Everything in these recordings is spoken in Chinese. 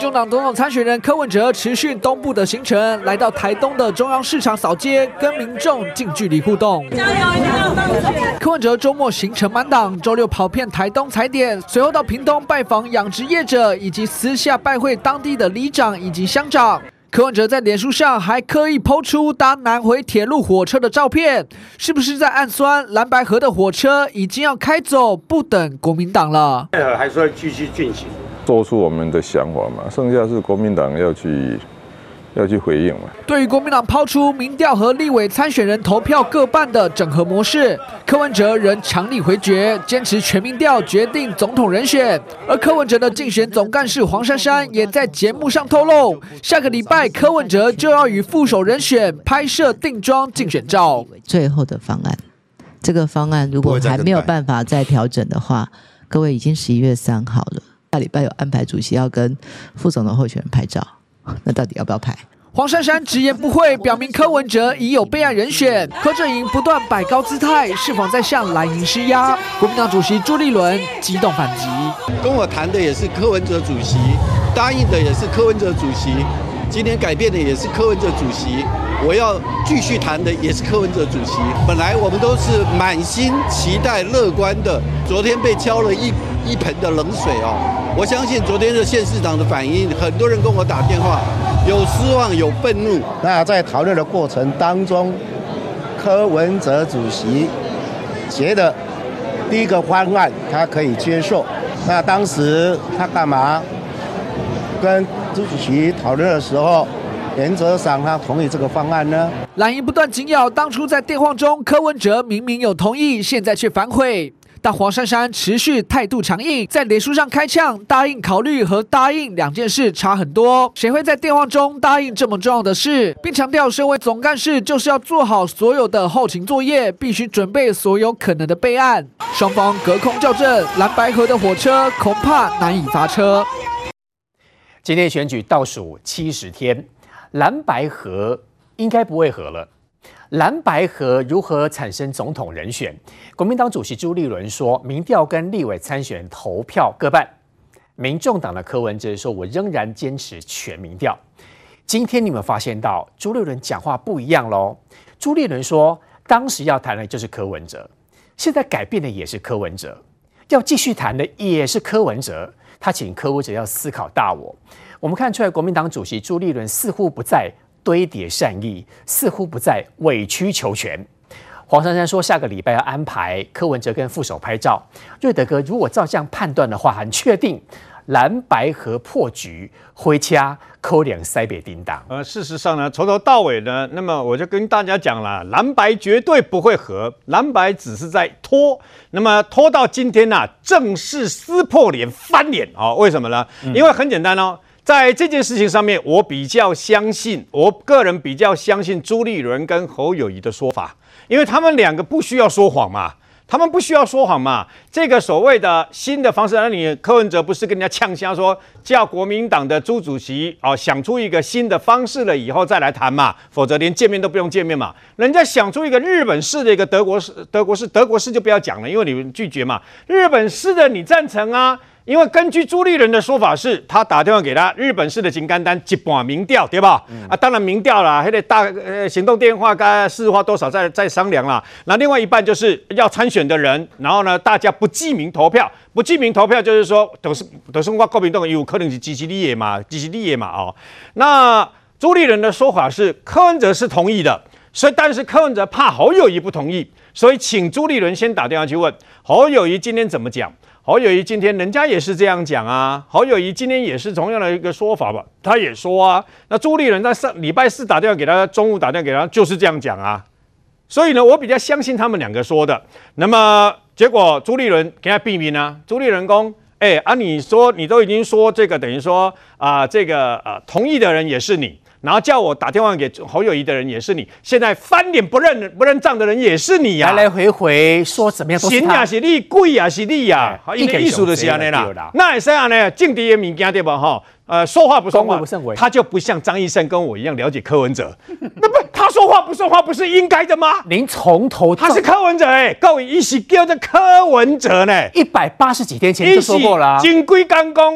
众党总统参选人柯文哲持续东部的行程，来到台东的中央市场扫街，跟民众近距离互动。柯文哲周末行程满档，周六跑遍台东踩点，随后到屏东拜访养殖业者，以及私下拜会当地的里长以及乡长。柯文哲在脸书上还刻意抛出搭南回铁路火车的照片，是不是在暗酸蓝白河的火车已经要开走，不等国民党了？ 还是会继续进行， 做出我们的想法嘛，剩下是国民党要去回应嘛。 对于国民党抛出民调和立委参选人投票各半的整合模式，柯文哲仍强力回绝，坚持全民调决定总统人选。而柯文哲的竞选总干事黄珊珊也在节目上透露，下个礼拜柯文哲就要与副手人选拍摄定妆竞选照。 最后的方案，这个方案如果还没有办法再调整的话，各位已经11月3号了，下礼拜有安排主席要跟副总的候选人拍照，那到底要不要拍？ 黄珊珊直言不讳，表明柯文哲已有备案人选。柯阵营不断摆高姿态，是否在向蓝营施压？国民党主席朱立伦激动反击： 跟我谈的也是柯文哲主席，答应的也是柯文哲主席，今天改变的也是柯文哲主席，我要继续谈的也是柯文哲主席。本来我们都是满心期待、乐观的，昨天被浇了一盆的冷水哦。我相信昨天的县市长的反应，很多人跟我打电话，有失望，有愤怒。 那在讨论的过程当中，柯文哲主席觉得第一个方案他可以接受。那当时他干嘛跟朱主席讨论的时候，原则上他同意这个方案呢？ 蓝营不断紧咬当初在电话中柯文哲明明有同意，现在却反悔。但黄珊珊持续态度强硬，在脸书上开呛，答应考虑和答应两件事差很多，谁会在电话中答应这么重要的事？并强调，身为总干事就是要做好所有的后勤作业，必须准备所有可能的备案。双方隔空校正，蓝白河的火车恐怕难以发车。 今天选举倒数70天，蓝白河应该不会合了。蓝白河如何产生总统人选？国民党主席朱立伦说，民调跟立委参选投票各半。民众党的柯文哲说，我仍然坚持全民调。今天你们发现到朱立伦讲话不一样喽？朱立伦说，当时要谈的就是柯文哲，现在改变的也是柯文哲，要继续谈的也是柯文哲。他请柯文哲要思考大我。我们看出来，国民党主席朱立伦似乎不再堆叠善意，似乎不再委曲求全。黄珊珊说，下个礼拜要安排柯文哲跟副手拍照。瑞德哥，如果照这样判断的话，很确定蓝白河破局，回家扣两塞北叮当。 事实上呢，从头到尾呢，那么我就跟大家讲了，蓝白绝对不会合，蓝白只是在拖。那么拖到今天呢，正式撕破脸翻脸啊、为什么呢？因为很简单哦。在这件事情上面，我个人比较相信朱立伦跟侯友宜的说法，因为他们两个不需要说谎嘛，这个所谓的新的方式，那你柯文哲不是跟人家呛瞎说，叫国民党的朱主席想出一个新的方式了以后再来谈嘛，否则连见面都不用见面嘛。人家想出一个日本式的一个德国式就不要讲了，因为你们拒绝嘛。日本式的你赞成啊？因为根据朱立伦的说法是，他打电话给他日本式的金干单一半民调，对吧？当然民调啦，还得行动电话跟市话多少再商量啦。那另外一半就是要参选的人，然后呢，大家不记名投票，就是说都是我国民党有可能是支持你的嘛哦。那朱立伦的说法是柯文哲是同意的，但是柯文哲怕侯友宜不同意，所以请朱立伦先打电话去问侯友宜今天怎么讲。侯友宜今天人家也是这样讲啊，侯友宜今天也是同样的一个说法吧，他也说啊，那朱立伦在礼拜4打电话给他，中午打电话给他，就是这样讲啊，所以呢，我比较相信他们两个说的。那么结果朱立伦给他避免啊，朱立伦说，你说你都已经说这个，等于说同意的人也是你。然后叫我打电话给侯友宜的人也是你，现在翻脸不认账的人也是你呀、 来来回回说怎么样都是他， 神也是你，鬼也是你呀、因为艺术就是这样的啦。那也是这样呢，政治的物件对吧？说话不算话，他就不像张医生跟我一样了解柯文哲。那不，他说话不算话，不是应该的吗？ 您从头他是柯文哲各位一起叫做柯文哲呢， 180几天前就说过了、 金龟刚公。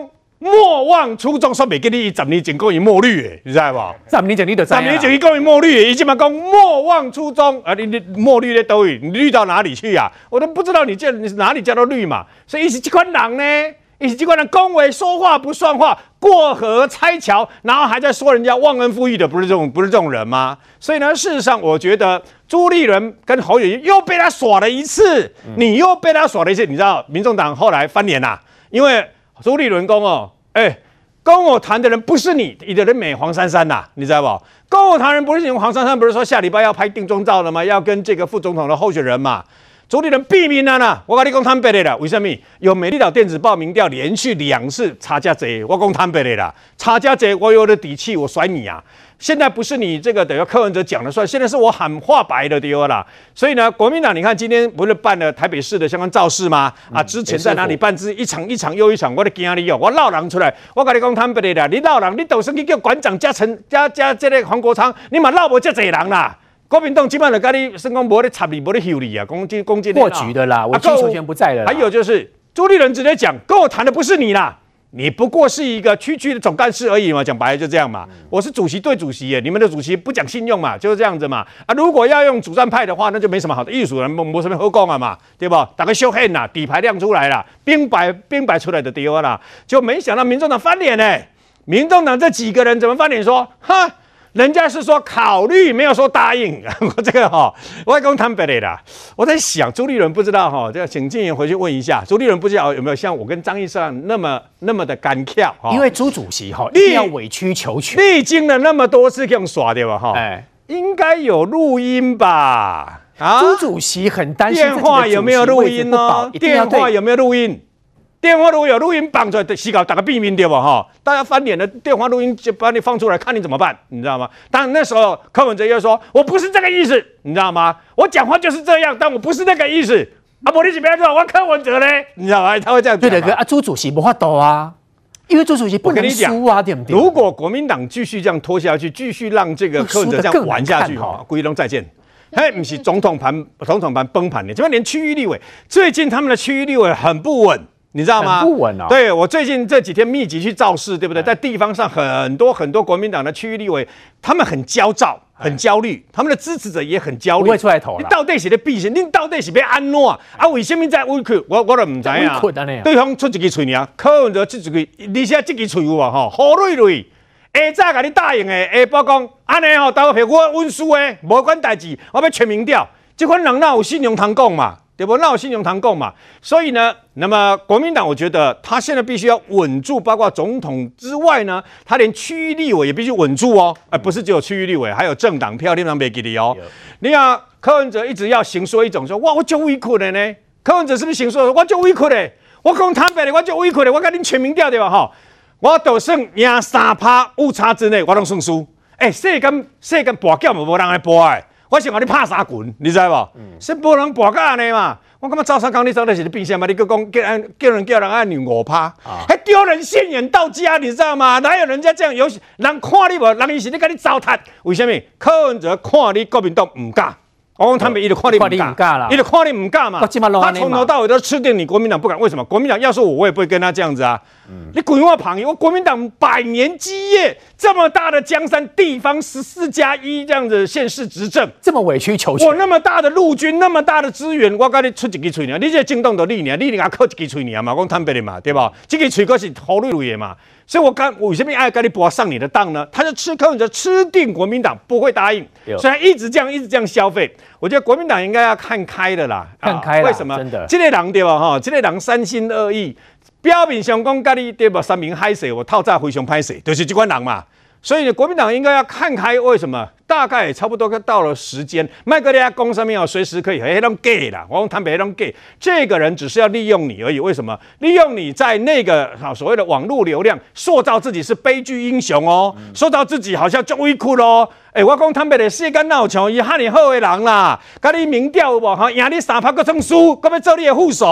莫忘初衷，说袂记你10年前讲伊墨绿的，你知道不 ？10年前你就知道 ，10年前伊讲伊墨绿的，伊今嘛讲莫忘初衷啊！你墨绿的都你绿到哪里去啊？我都不知道你哪里叫做绿嘛。所以伊是这款人呢，伊是这款人恭维说话不算话，过河拆桥，然后还在说人家忘恩负义的，不是这种人吗？所以呢，事实上我觉得朱立伦跟侯友宜又被他耍了一次，你又被他耍了一次。你知道民众党后来翻脸啦，因为朱立伦讲哦，跟我谈的人不是你的人美黄珊珊呐，你知道不？跟我谈人不是你黄珊珊，不是说下礼拜要拍定妆照了吗？要跟这个副总统的候选人嘛。朱立伦避免了啦，我跟你讲坦白的啦，为什么？有美丽岛电子报民调连续2次差价贼，我讲坦白的啦，差价贼，我有了底气，我甩你啊！现在不是你这个等于柯文哲讲了算，现在是我喊话白的对啦。所以呢，国民党你看今天不是办了台北市的相关造势吗？之前在哪里办一场又一场，我都惊你哦，我闹人出来，我跟你讲坦白的啦，你闹人，你倒是去叫馆长加这个黄国昌，你嘛闹无这侪人啦。国民党基本上跟你是讲无咧插你，无咧修理啊，攻击过局的啦，我击球权不在了。 还有就是朱立伦直接讲，跟我谈的不是你啦，你不过是一个区的总干事而已嘛，讲白了就这样嘛。我是主席对主席耶，你们的主席不讲信用嘛，就是这样子嘛。如果要用主战派的话，那就没什么好的艺术人，没什么好讲啊嘛，对不？大概秀狠啦，底牌亮出来了，兵摆出来的对啦，就没想到民众党翻脸呢。民众党这几个人怎么翻脸说，哈？人家是说考虑，没有说答应。我这个我讲坦白的啦。我在想，朱立伦不知道这个请静言回去问一下，朱立伦不知道有没有像我跟张义善那么的干跳因为朱主席一定要委曲求全， 历经了那么多次这样耍对吧？应该有录音吧？ 朱主席很担心电话有没有录音呢？电话有没有录音？电话如果有录音绑出来，洗稿打个避免对吧？大家翻脸的电话录音就把你放出来，看你怎么办，你知道吗？当然那时候柯文哲又说，我不是这个意思，你知道吗？我讲话就是这样，但我不是那个意思。你是不要说我柯文哲嘞，你知道吗？他会这样讲。 对的，朱主席没法度啊，因为朱主席不能输啊，对不对？ 如果国民党继续这样拖下去，继续让这个柯文哲这样玩下去，故意拢再见。不是总统盘崩盘的，这边连区域立委，最近他们的区域立委很不稳。你知道吗？ 很不稳啊！ 对，我最近这几天密集去造势，对不对？在地方上很多国民党的区域立委，他们很焦躁、很焦虑，他们的支持者也很焦虑， 不会出来投了。 你到底是在避嫌？你到底是要安怎为什么在委屈？我都唔知啊。对方出一支嘴尔，柯文哲出一支，而且这支嘴有无好累累。早甲你答应的，包讲安尼投票我稳输的，无关代志，我要全民调。这款人哪有信用通讲嘛？对不？那有信用通讲嘛，所以呢，那么国民党我觉得他现在必须要稳住，包括总统之外呢，他连区域立委也必须稳住哦，不是只有区域立委，还有政党票，你们别给你哦。你看柯文哲一直要行说一种说，哇，我就委屈的呢。柯文哲是不是行说，我就委屈的？我讲坦白的，我就委屈的，我跟你全民调对吧？我就算赢3%误差之内，我都算输。世间博缴无人来博的。我想讲你拍3拳，你知无？是无人博甲安尼嘛？我感觉赵少康你走的是变相嘛？你叫人按你5%，还丢人现眼到家，你知道吗？哪有人家这样有人看你无？人伊是你跟你糟蹋，为什么？柯文哲看你国民党唔敢。我讲他们，伊就看你唔敢啦，伊就看你唔敢嘛。他从头到尾都吃定你国民党不敢，为什么？国民党要是我也不会跟他这样子啊。你滚我旁我国民党100年基业，这么大的江山地方14+1这样子县市执政， 这么委曲求全。 我那么大的陆军，那么大的资源，我跟你出一支嘴呢，你这惊动到你呢，你给他靠一支嘴呢嘛，讲坦白的嘛，对吧？这个嘴可是好累累的嘛。所以我为什么爱跟你博上你的当呢？他就柯文哲吃定国民党，不会答应，所以一直这样消费。我觉得国民党应该要看开的啦， 看开了。 为什么？ 真的， 这类人对吧？这类人3心2意，表面上讲跟你对吧3明海誓，我套炸非常歹势，就是这款人嘛。所以国民党应该要看开，为什么？大概也差不多到了时间，麦克利亚公上面随时可以黑拢 gay 啦，我用坦白拢 gay。这个人只是要利用你而已，为什么？利用你在那个所谓的网络流量，塑造自己是悲剧英雄哦，塑造自己好像就委屈咯。我讲坦白的，世间哪有像伊遐尼好的人啦？甲你民调有无？赢你3%个证输，搁要做你的副手。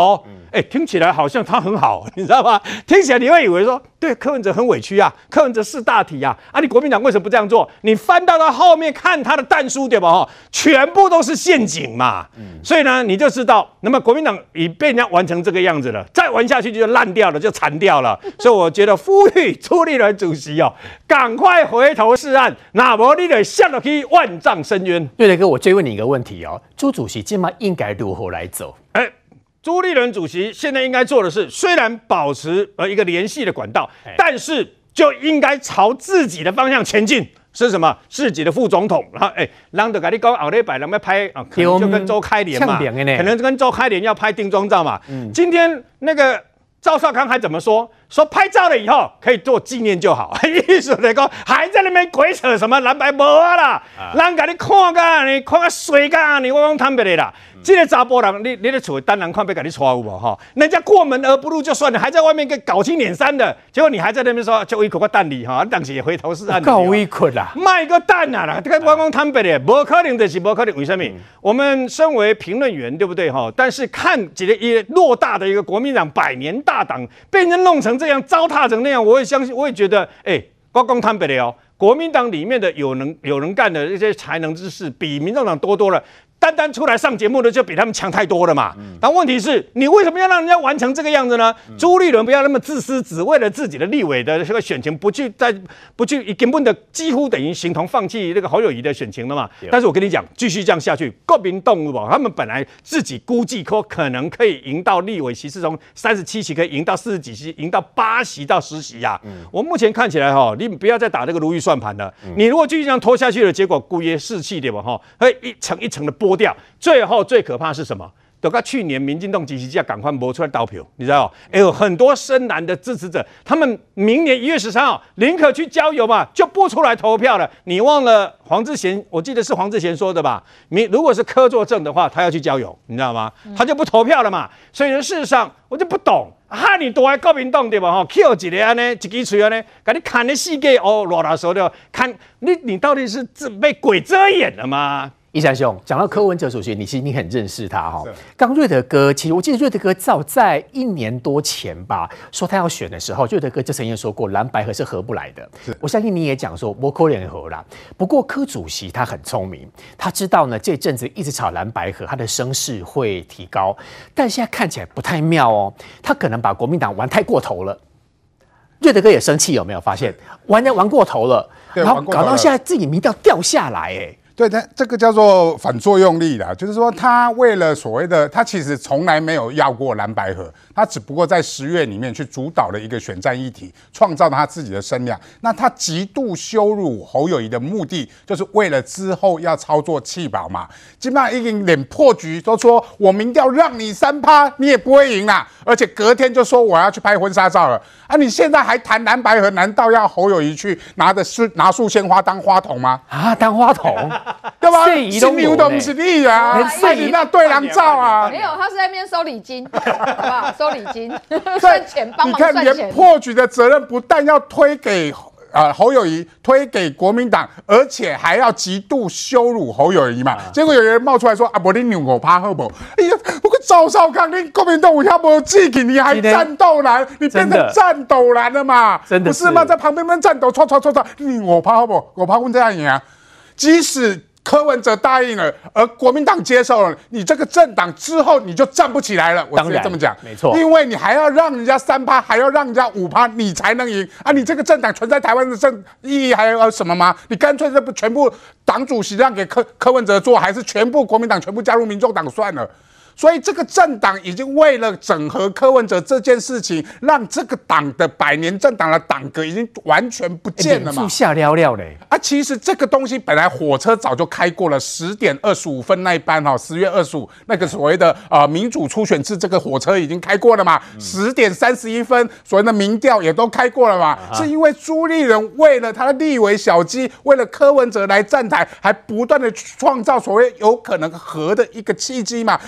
听起来好像他很好，你知道吗？听起来你会以为说，对柯文哲很委屈啊，柯文哲识大体啊，你国民党为什么不这样做？你翻到后面看他的弹书对吧？全部都是陷阱嘛。所以呢，你就知道，那么国民党已被人家玩成这个样子了，再玩下去就烂掉了，就残掉了。所以我觉得呼吁朱立伦主席赶快回头是岸，那么你得下了去万丈深渊。 瑞德哥，我追问你一个问题朱主席今晚应该如何来走？ 朱立伦主席现在应该做的是，虽然保持一个联系的管道，但是就应该朝自己的方向前进。是什么？自己的副总统，然后让的跟你讲后礼拜人要拍可能就跟周开莲嘛，可能跟周开莲要拍定妆照嘛。今天那个赵少康还怎么说？说拍照了以后可以做纪念就好，意思来讲还在那边鬼扯什么蓝白无啦，人给你看噶，你看个水噶，你我讲坦白的啦。这个查甫人，你在厝单人看被给你抓有无人家过门而不入就算了，还在外面跟搞七捻三的，结果你还在那边说就一口个蛋里当时也回头是岸。 搞一口啦， 卖个蛋啊啦！这个我讲坦白的，不可能就是不可能。为什么？我们身为评论员，对不对但是看几个偌大的一个国民党100年大党被人弄成这样，糟蹋成那样，我也相信，我也觉得，我讲坦白的国民党里面的有能干的这些才能之士，比民众党多了。单单出来上节目的就比他们强太多了嘛。但问题是你为什么要让人家玩成这个样子呢？朱立伦不要那么自私，只为了自己的立委的这个选情，不去根本的几乎等于形同放弃这个侯友宜的选情了嘛。但是我跟你讲，继续这样下去，国民党他们本来自己估计可能可以赢到立委席是从37席可以赢到40几席，赢到8席到10席呀。我目前看起来你不要再打这个如意算盘了。你如果继续这样拖下去的结果，故意士气对吧？会一层一层的剥掉，最后最可怕是什么？就跟去年民进党支持者赶快磨出来投票，你知道有很多深蓝的支持者，他们明年1月13号宁可去郊游嘛，就不出来投票了。你忘了黄志贤？我记得是黄志贤说的吧？如果是柯作正的话，他要去郊游，你知道吗？他就不投票了嘛。所以事实上，我就不懂，你多爱国民党对吧？Q 一个安呢，一支嘴安呢，给你看的世界乱啦说的，看你到底是被鬼遮眼了吗？ 一山兄讲到柯文哲主席，其实你很认识他刚瑞德哥，其实我记得瑞德哥早在1年多前吧，说他要选的时候，瑞德哥就曾经说过蓝白合是合不来的。我相信你也讲说不可能合啦。不过柯主席他很聪明，他知道呢这阵子一直炒蓝白合，他的声势会提高，但现在看起来不太妙他可能把国民党玩太过头了。瑞德哥也生气，有没有发现玩过头了？然后搞到现在自己民调掉下来对，这个叫做反作用力啦，就是说他为了所谓的，他其实从来没有要过蓝白合，他只不过在10月里面去主导了一个选战议题，创造他自己的声量。那他极度羞辱侯友宜的目的，就是为了之后要操作弃保嘛。基本上已经连破局，都说我民调让你3%，你也不会赢啦。而且隔天就说我要去拍婚纱照了你现在还谈蓝白合，难道要侯友宜去拿束鲜花当花筒吗？ 当花筒。 对吧？新牛都不是你啊，拍你那对狼照啊！ 没有，他是在那边收礼金，好不好？收礼金，算钱，帮忙算钱。 你看，连破局的责任不但要推给侯友宜，推给国民党，而且还要极度羞辱侯友宜嘛。结果有人冒出来说：“不，你5%好不好？”哎呀，不过赵少康，你国民党有遐无志气，你还战斗蓝，你变成战斗蓝了嘛？真的不是吗？在旁边那战斗，错，你5%好不好？5%问这样赢啊？即使柯文哲答应了，而国民党接受了，你这个政党之后你就站不起来了。我直接这么讲， 没错， 因为你还要让人家3%，还要让人家5%，你才能赢啊！你这个政党存在台湾的意义还有什么吗？你干脆这不全部党主席让给柯文哲做，还是全部国民党全部加入民众党算了？所以这个政党已经为了整合柯文哲这件事情，让这个党的100年政党的党格已经完全不见了嘛。 下了嘞其实这个东西本来火车早就开过了，10点25分那一班10月25那个所谓的民主初选制，这个火车已经开过了嘛。10点31分所谓的民调也都开过了嘛。是因为朱立伦为了他的立委小鸡，为了柯文哲来站台，还不断的创造所谓有可能和的一个契机嘛。结果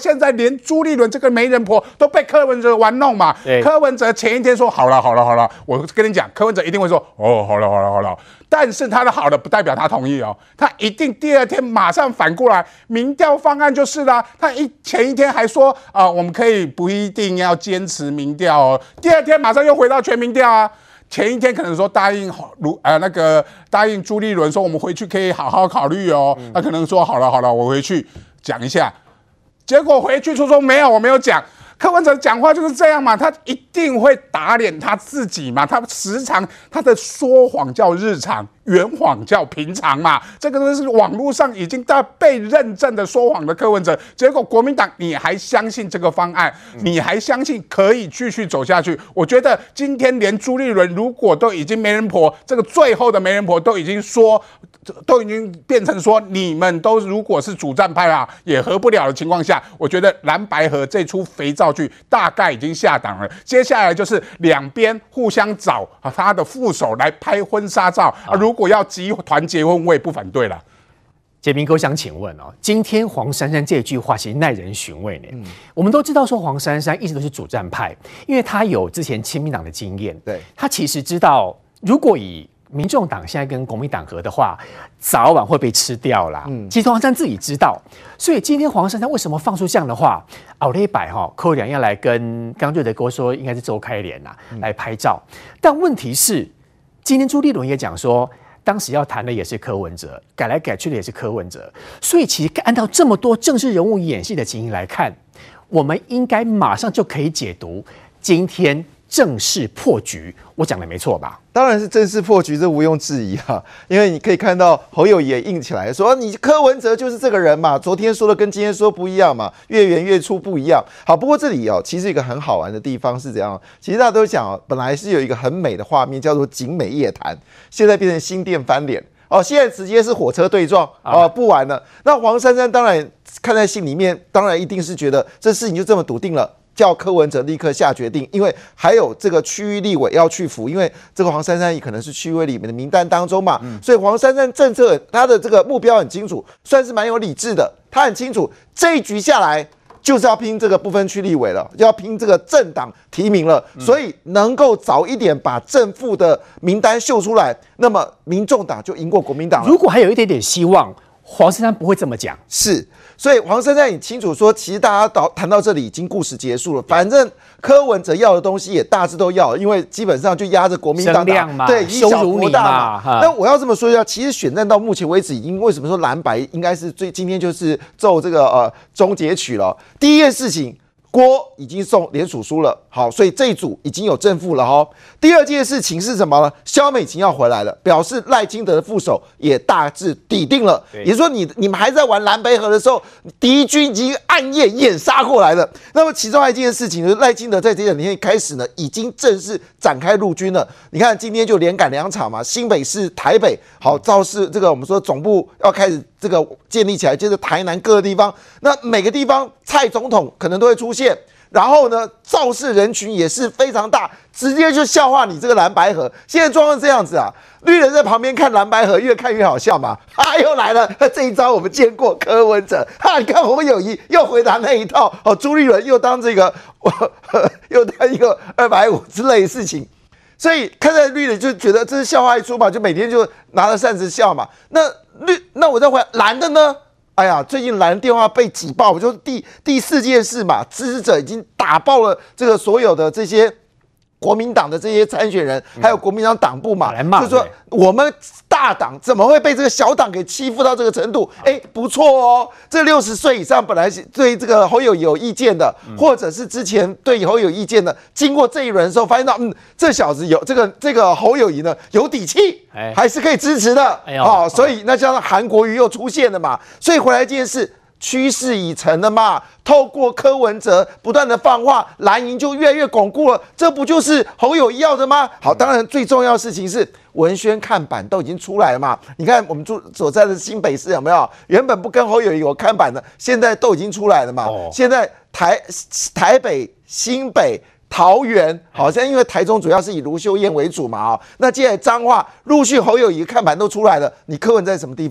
现在连朱立伦这个媒人婆都被柯文哲玩弄嘛。柯文哲前一天说好了，我跟你讲，柯文哲一定会说哦，好了。但是他的好的不代表他同意哦，他一定第二天马上反过来，民调方案就是啦。他前一天还说我们可以不一定要坚持民调哦，第二天马上又回到全民调啊。前一天可能说答应朱立伦说我们回去可以好好考虑哦，他可能说好了，我回去讲一下，结果回去说没有，我没有讲。柯文哲讲话就是这样嘛，他一定会打脸他自己嘛，他时常他的说谎叫日常，圆谎叫平常嘛，这个都是网络上已经被认证的说谎的柯文哲。结果国民党你还相信这个方案，你还相信可以继续走下去？我觉得今天连朱立伦如果都已经媒人婆，这个最后的媒人婆都已经变成说你们都如果是主战派啊，也合不了的情况下，我觉得蓝白合这出肥皂剧大概已经下档了。接下来就是两边互相找他的副手来拍婚纱照啊，如果要集团结婚，我也不反对了。 杰明哥想请问哦，今天黄珊珊这句话其实耐人寻味呢。我们都知道说黄珊珊一直都是主战派，因为他有之前亲民党的经验，对，他其实知道如果以民众党现在跟国民党合的话，早晚会被吃掉啦。其实黄珊珊自己知道，所以今天黄珊珊为什么放出这样的话？奥雷百柯文哲要来跟刚瑞德哥说，应该是周开莲来拍照。但问题是，今天朱立伦也讲说，当时要谈的也是柯文哲，改来改去的也是柯文哲。所以其实按照这么多政治人物演戏的情形来看，我们应该马上就可以解读今天正式破局。我讲的没错吧？ 当然是正式破局，这毋庸置疑啊！因为你可以看到侯友宜也硬起来说，你柯文哲就是这个人嘛，昨天说的跟今天说不一样嘛，越圆越粗不一样。好，不过这里其实一个很好玩的地方是怎样？其实大家都讲本来是有一个很美的画面叫做景美夜谈，现在变成新店翻脸。现在直接是火车对撞不玩了。那黄珊珊当然看在心里面，当然一定是觉得这事情就这么笃定了。叫柯文哲立刻下决定，因为还有这个区域立委要去服，因为这个黄珊珊也可能是区域里面的名单当中嘛，所以黄珊珊政策他的这个目标很清楚，算是蛮有理智的。他很清楚这一局下来就是要拼这个不分区立委了，要拼这个政党提名了，所以能够早一点把正副的名单秀出来，那么民众党就赢过国民党了。 如果还有一点点希望，黄珊珊不会这么讲。 是。所以黄珊珊也清楚说，其实大家谈到这里已经故事结束了。反正柯文哲要的东西也大致都要，因为基本上就压着国民党嘛， 对，以小博大嘛。那我要这么说一下，其实选战到目前为止，已经为什么说蓝白应该是今天就是奏这个终结曲了。第一件事情，郭已经送联署书了，好，所以这一组已经有正副了哈。第二件事情是什么呢？萧美琴要回来了，表示赖清德的副手也大致底定了。也就是说你们还在玩蓝白合的时候，敌军已经暗夜掩杀过来了。那么其中还有一件事情就是赖清德在这两天开始呢，已经正式展开陆军了。你看今天就连赶2场嘛，新北市、台北，好，造势这个我们说总部要开始这个建立起来，接着台南各个地方，那每个地方蔡总统可能都会出现。然后呢，造势人群也是非常大，直接就笑话你这个蓝白合。现在状况这样子啊，绿人在旁边看蓝白合，越看越好笑嘛。又来了，这一招我们见过柯文哲。你看侯友宜又回答那一套，朱立伦又当这个，又当一个250之类的事情。所以看在绿人就觉得这是笑话一出嘛，就每天就拿着扇子笑嘛。那我再回来蓝的呢？哎呀，最近蓝电话被挤爆，就是第4件事嘛，支持者已经打爆了这个所有的这些国民党的这些参选人，还有国民党党部嘛，就说我们大党怎么会被这个小党给欺负到这个程度？不错哦，这60岁以上本来是对这个侯友宜有意见的，或者是之前对侯友宜意见的，经过这一轮的时候，发现到这小子有这个侯友宜呢有底气，还是可以支持的。所以那加上韩国瑜又出现了嘛，所以回来这件事。趋势已成了嘛，透过柯文哲不断的放话，蓝营就越来越巩固了，这不就是侯友宜要的吗？好，当然最重要的事情是文宣看板都已经出来了嘛，你看我们所在的新北市有没有？原本不跟侯友宜有看板的，现在都已经出来了嘛。现在台北、新北、桃园，好像因为台中主要是以卢秀燕为主嘛，那接下来彰化陆续侯友宜看板都出来了，你柯文在什么地方？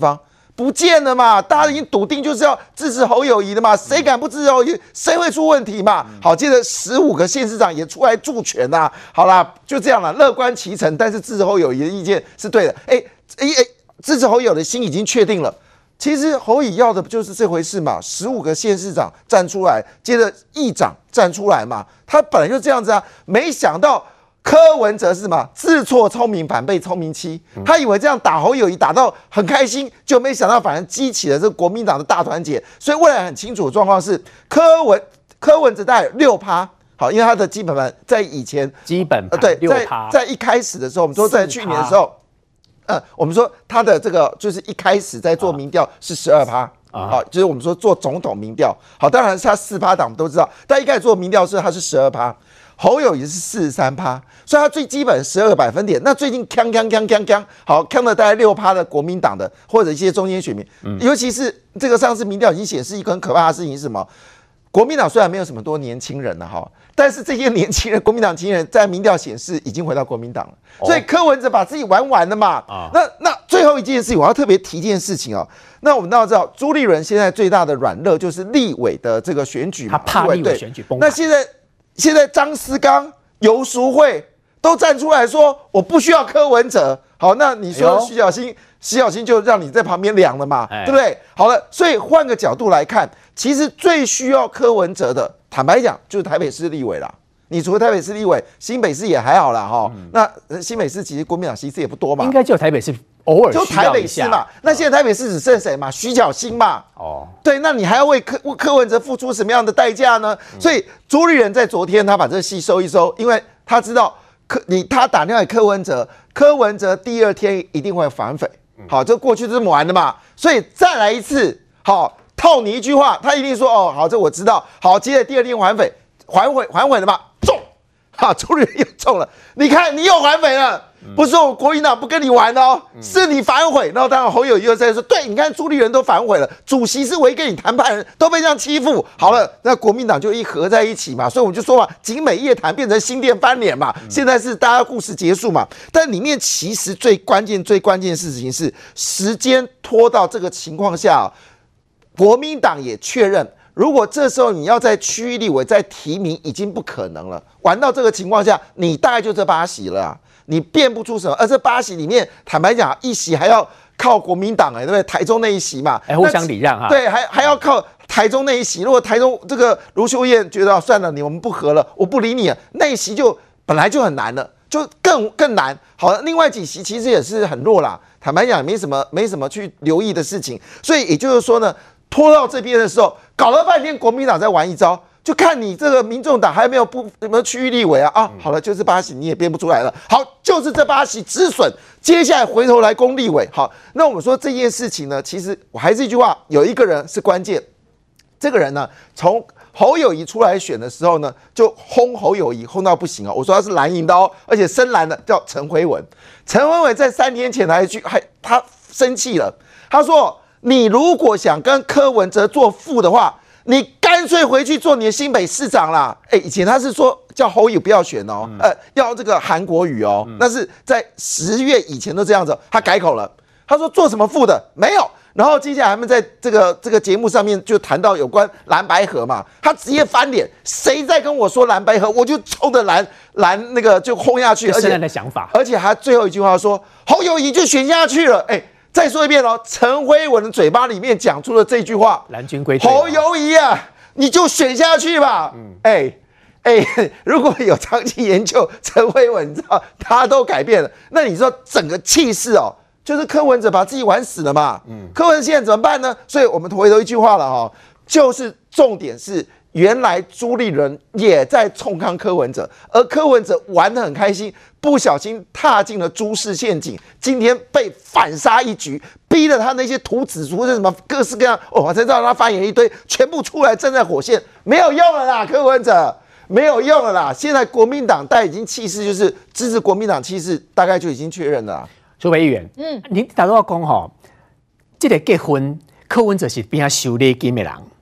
不见了嘛，大家已经笃定就是要支持侯友宜的嘛，谁敢不支持侯友宜，谁会出问题嘛？好，接着15个县市长也出来助权呐，好啦，就这样了，乐观其成，但是支持侯友宜的意见是对的，支持侯友的心已经确定了。其实侯友要的不就是这回事嘛？15个县市长站出来，接着议长站出来嘛，他本来就这样子啊。没想到柯文哲是什么？自挫聪明反被聪明欺。他以为这样打侯友宜打到很开心，就没想到反而激起了这个国民党的大团结。所以未来很清楚的状况是，柯文哲大概有6%。好，因为他的基本盘在以前基本盘对 6%， 在一开始的时候，我们说在去年的时候。我们说他的这个就是一开始在做民调是12%，好，就是我们说做总统民调，好，当然是他4%党我们都知道，但一开始做民调是他是12%，侯友宜是43%，所以他最基本12个百分点。那最近锵，好，锵了大概6%的国民党的或者一些中间选民，尤其是这个上次民调已经显示一个很可怕的事情是什么？国民党虽然没有什么多年轻人了哈，但是这些年轻人，国民党年轻人在民调显示已经回到国民党了，所以柯文哲把自己玩完了嘛。那最后一件事情，我要特别提一件事情哦。那我们都知道，朱立伦现在最大的软肋就是立委的这个选举嘛， 他怕立委选举崩盘。 那现在张思刚、游淑慧都站出来说，我不需要柯文哲。好，那你说徐小新就让你在旁边凉了嘛，对不对？好了，所以换个角度来看，其实最需要柯文哲的，坦白讲就是台北市立委啦。你除了台北市立委，新北市也还好啦哈。那新北市其实国民党席次也不多嘛， 应该就台北市偶尔就台北市嘛。那现在台北市只剩谁嘛？徐巧芯嘛。对，那你还要为柯文哲付出什么样的代价呢？所以朱立伦在昨天他把这个戏收一收，因为他知道他打电话给柯文哲，柯文哲第2天一定会反悔。好，这过去就这么玩的嘛，所以再来一次，好，套你一句话，他一定说哦，好，这我知道。好，接着第2天反悔了嘛，中，好，朱立伦又中了，你看你又反悔了。不是我国民党不跟你玩哦，是你反悔。然后当然侯友宜又在说，对，你看朱立伦都反悔了，主席是唯一跟你谈判人，都被这样欺负。好了，那国民党就一合在一起嘛，所以我们就说嘛，景美夜谈变成新店翻脸嘛，现在是大家故事结束嘛。但里面其实最关键的事情是，时间拖到这个情况下，国民党也确认，如果这时候你要在区域立委再提名，已经不可能了。玩到这个情况下，你大概就这8席了啊。你变不出什么，而这8席里面，坦白讲，1席还要靠国民党对不对？台中那一席嘛， 互相礼让哈。 对，还要靠台中那一席。如果台中这个卢秀燕觉得算了，我们不合了，我不理你了，那一席就本来就很难了，就更难。好，另外几席其实也是很弱啦，坦白讲，没什么去留意的事情。所以也就是说呢，拖到这边的时候，搞了半天，国民党在玩一招。就看你这个民众党还没有区域立委啊，好了，就是8席你也编不出来了。好，就是这8席止损，接下来回头来攻立委。好，那我们说这件事情呢，其实我还是一句话，有一个人是关键，这个人呢，从侯友宜出来选的时候呢，就轰侯友宜轰到不行哦。我说他是蓝营的哦，而且深蓝的，叫陈辉文。陈辉文在3天前他生气了，他说：“你如果想跟柯文哲做副的话，你干脆回去做你的新北市长啦。”以前他是说叫侯友不要选哦，要这个韩国瑜哦，那是在10月以前都这样子，他改口了，他说做什么副的没有。然后接下来他们在这个节目上面就谈到有关蓝白合嘛，他直接翻脸，谁在跟我说蓝白合，我就冲着蓝那个就轰下去，而且的想法， 而且他最后一句话说侯友宜就选下去了，再说一遍哦，陈辉文的嘴巴里面讲出了这句话： 蓝军归队， 侯友宜啊，你就选下去吧。如果有长期研究陈辉文，你知道他都改变了，那你说整个气势哦，就是柯文哲把自己玩死了嘛。柯文哲现在怎么办呢？所以我们回头一句话了哈，就是重点是。原来朱立伦也在冲康柯文哲，而柯文哲玩得很开心，不小心踏进了朱氏陷阱，今天被反杀一局，逼得他那些徒子徒孙什么各式各样，我才知道他发言一堆，全部出来站在火线，没有用了啦，柯文哲没有用了啦。现在国民党大概已经气势就是支持国民党气势，大概就已经确认了啦。 苏培议员，你打电话讲吼，这个结婚柯文哲是边收礼金的人。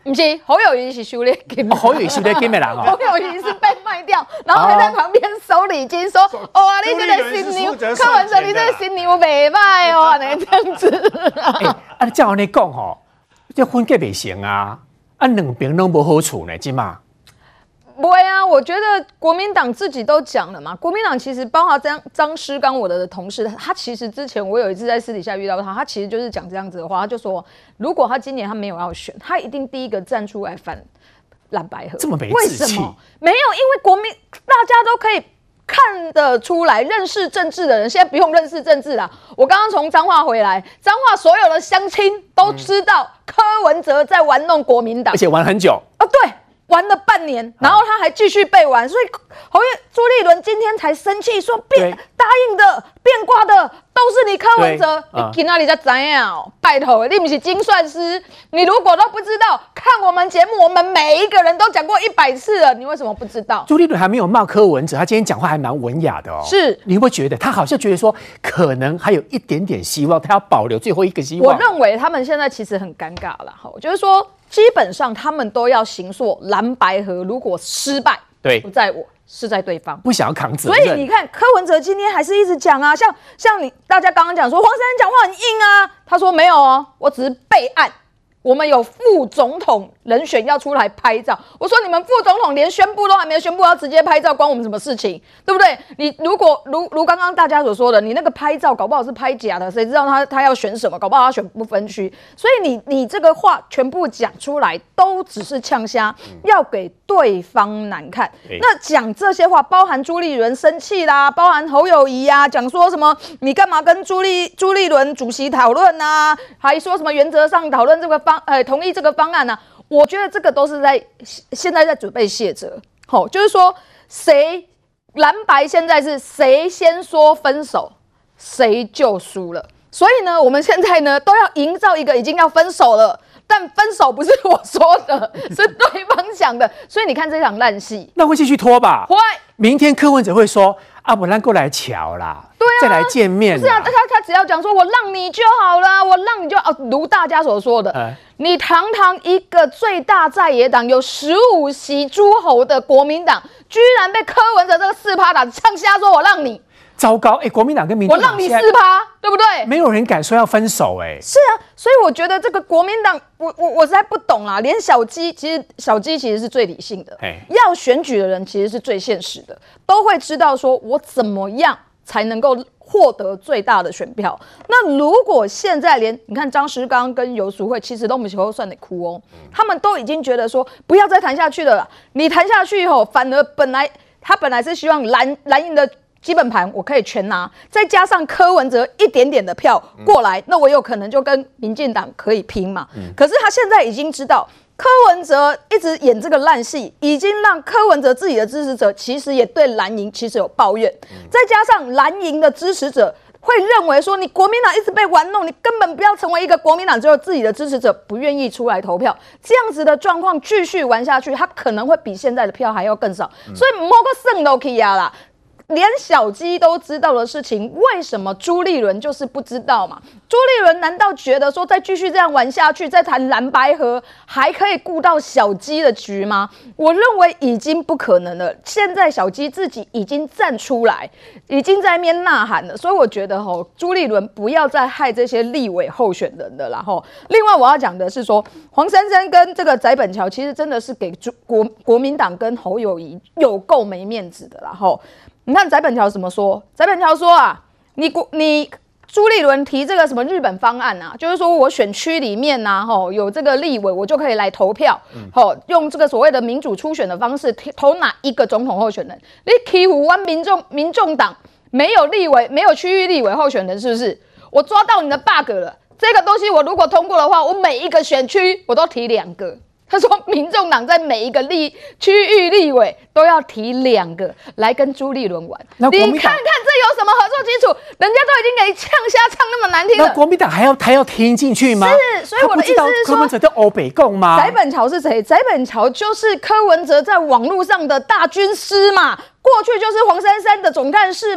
不是侯友宜是收咧金， 侯友宜收咧金的人哦， 侯友宜是被卖掉，然后还在旁边收礼金，说哦啊，你这个新娘，柯文哲你这个新娘袂歹哦，这样子。 啊，照安尼讲吼，这婚嫁袂成啊，啊两边拢无好处呢，今嘛。 不会啊，我觉得国民党自己都讲了嘛。国民党其实包括张诗刚我的同事，他其实之前我有一次在私底下遇到他，他其实就是讲这样子的话，他就说，如果他今年他没有要选，他一定第一个站出来反蓝白合。 这么没为志气？ 什么？没有，因为国民大家都可以看得出来，认识政治的人现在不用认识政治啦。我刚刚从彰化回来，彰化所有的乡亲都知道柯文哲在玩弄国民党， 而且玩很久。 哦，对。玩了半年，然后他还继续被玩，所以朱立伦今天才生气，说答应的、变卦的都是你柯文哲，你去哪里才知道？拜托，你不是精算师，你如果都不知道，看我们节目，我们每一个人都讲过100次了，你为什么不知道？ 朱立伦还没有骂柯文哲，他今天讲话还蛮文雅的哦。 是， 你会不会觉得他好像觉得说，可能还有一点点希望，他要保留最后一个希望？ 我认为他们现在其实很尴尬了，就是说。基本上他们都要形塑蓝白合，如果失败， 对， 不在我，是在对方， 不想要扛责任。 所以你看，柯文哲今天还是一直讲啊，像大家刚刚讲说黄珊珊讲话很硬啊，他说没有哦，我只是备案。我们有副总统人选要出来拍照，我说你们副总统连宣布都还没有宣布，要直接拍照，关我们什么事情？对不对？你如果如刚刚大家所说的，你那个拍照搞不好是拍假的，谁知道他要选什么？搞不好他选不分区，所以你这个话全部讲出来，都只是呛瞎，要给对方难看。那讲这些话，包含朱立伦生气啦，包含侯友宜啊，讲说什么你干嘛跟朱立伦主席讨论啊？还说什么原则上讨论这个同意这个方案呢？我觉得这个都是现在在准备卸责，就是说蓝白现在是谁先说分手，谁就输了。所以呢，我们现在呢都要营造一个已经要分手了，但分手不是我说的，是对方讲的。所以你看这场烂戏， 那会继续拖吧？ 会。 明天柯文哲会说。啊，不然过来瞧啦， 对啊， 再来见面。 不是啊，他只要讲说我让你就好了，我让你就如大家所说的，你堂堂一个最大在野党有15席诸侯的国民党，居然被柯文哲这个4%党呛瞎说我让你。 糟糕，国民党跟民进党我让你4%，对不对？ 没有人敢说要分手， 是啊，所以我觉得这个国民党，我实在不懂啦。连小鸡其实是最理性的，要选举的人其实是最现实的，都会知道说我怎么样才能够获得最大的选票。那如果现在你看张诗刚跟游淑慧，其实都没有算得哭哦，他们都已经觉得说不要再谈下去了啦。你谈下去以后，反而本来是希望蓝营的。基本盘我可以全拿，再加上柯文哲一点点的票过来，那我有可能就跟民进党可以拼嘛。可是他现在已经知道柯文哲一直演这个烂戏，已经让柯文哲自己的支持者其实也对蓝营其实有抱怨，再加上蓝营的支持者会认为说你国民党一直被玩弄，你根本不要成为一个国民党只有自己的支持者不愿意出来投票，这样子的状况继续玩下去，他可能会比现在的票还要更少，所以某个胜都可以啊啦。连小鸡都知道的事情，为什么朱立伦就是不知道嘛？朱立伦难道觉得说再继续这样玩下去，再谈蓝白合还可以顾到小鸡的局吗？我认为已经不可能了。现在小鸡自己已经站出来，已经在那边呐喊了，所以我觉得朱立伦不要再害这些立委候选人的啦。另外我要讲的是说，黄珊珊跟这个翟本桥其实真的是给国民党跟侯友宜有够没面子的啦。你看翟本桥怎么说？翟本桥说啊，你朱立伦提这个什么日本方案啊，就是说我选区里面啊，有这个立委，我就可以来投票，用这个所谓的民主初选的方式投哪一个总统候选人？你欺负我民众党没有立委，没有区域立委候选人，是不是？我抓到你的 bug 了。这个东西我如果通过的话，我每一个选区我都提2个。他说，民众党在每一个区域立委都要提2个来跟朱立伦玩。你看看这有什么合作基础？人家都已经给你呛瞎唱那么难听了， 那国民党还要听进去吗？ 是，所以我的意思是说， 柯文哲在欧北共吗？ 翟本桥是谁？翟本桥就是柯文哲在网络上的大军师嘛，过去就是黄珊珊的总干事嘛。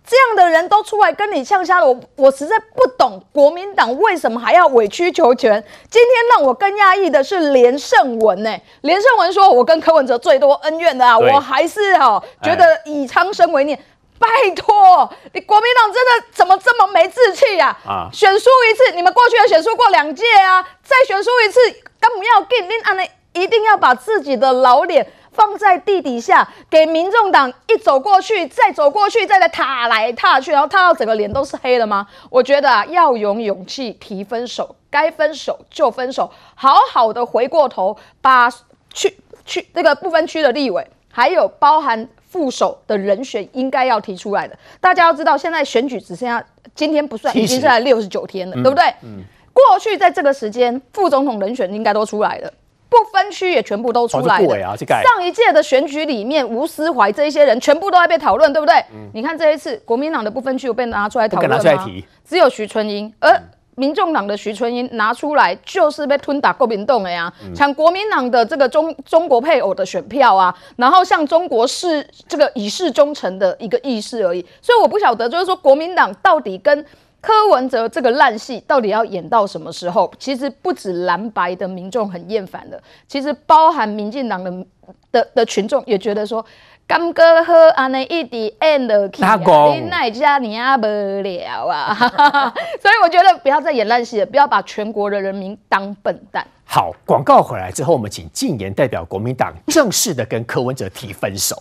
这样的人都出来跟你呛瞎了，我实在不懂国民党为什么还要委曲求全。今天让我更讶异的是连胜文连胜文说我跟柯文哲最多恩怨的啊，我还是觉得以苍生为念。拜托，你国民党真的怎么这么没志气啊？选输一次，你们过去也选输过2届啊，再选输一次，干不要紧，恁安尼一定要把自己的老脸放在地底下，给民众党一走过去，再走过去，再来踏来踏去，然后踏到整个脸都是黑了吗？我觉得要有勇气提分手，该分手就分手，好好的回过头，把这个不分区的立委，还有包含副手的人选应该要提出来的。大家要知道，现在选举只剩下今天不算，已经剩下69天了，对不对？过去在这个时间，副总统人选应该都出来了。不分区也全部都出来了。上一届的选举里面，吴思怀这一些人全部都在被讨论，对不对？你看这一次国民党的不分区有被拿出来讨论吗？只有徐春英，而民众党的徐春英拿出来就是被吞打国民党的呀，抢国民党的这个中国配偶的选票啊，然后向中国是这个以示忠诚的一个意识而已。所以我不晓得，就是说国民党到底跟柯文哲这个烂戏到底要演到什么时候？其实不止蓝白的民众很厌烦的，其实包含民进党的群众也觉得说，感觉好安尼一直演落去，你哪家你啊无聊啊？所以我觉得不要再演烂戏了，不要把全国的人民当笨蛋。 好，广告回来之后，我们请禁言代表国民党正式的跟柯文哲提分手。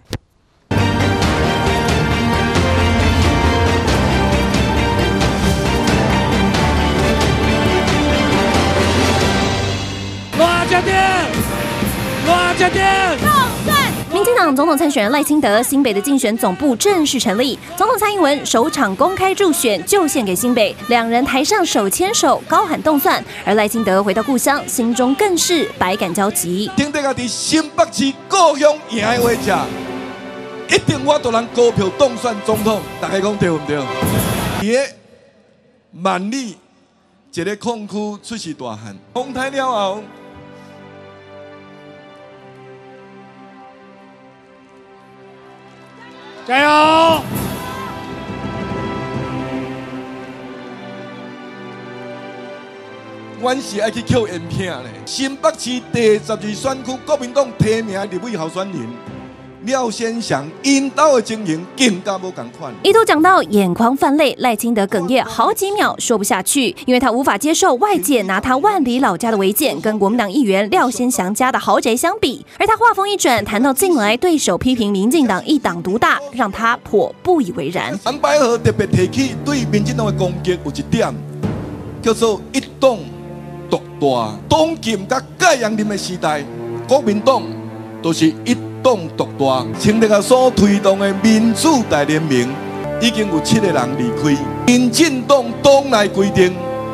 民进党总统参选人赖清德新北的竞选总部正式成立，总统蔡英文首场公开助选就献给新北，两人台上手牵手，高喊动算。而赖清德回到故乡，心中更是百感交集。 顶得家伫新北市故乡赢的话者，一定我都能高票动算总统，大家讲对唔对？伊个万里一个空区出世大汉，风台了后。 加油！ 阮是爱去捡烟片嘞。新北市第12选区国民党提名立委候选人廖先祥，因兜的情形更加无同款。 一度讲到眼眶泛泪，赖清德哽咽好几秒说不下去，因为他无法接受外界拿他万里老家的违建跟国民党议员廖先祥家的豪宅相比，而他话锋一转，谈到近来对手批评民进党一党独大，让他颇不以为然。 蓝白合特别提起对民进党的攻击有一点，叫做一党独大。党禁甲戒严令的时代，国民党都是一党独大。清德所推动的民主大联盟，已经有7个人离开。民进党党内规定，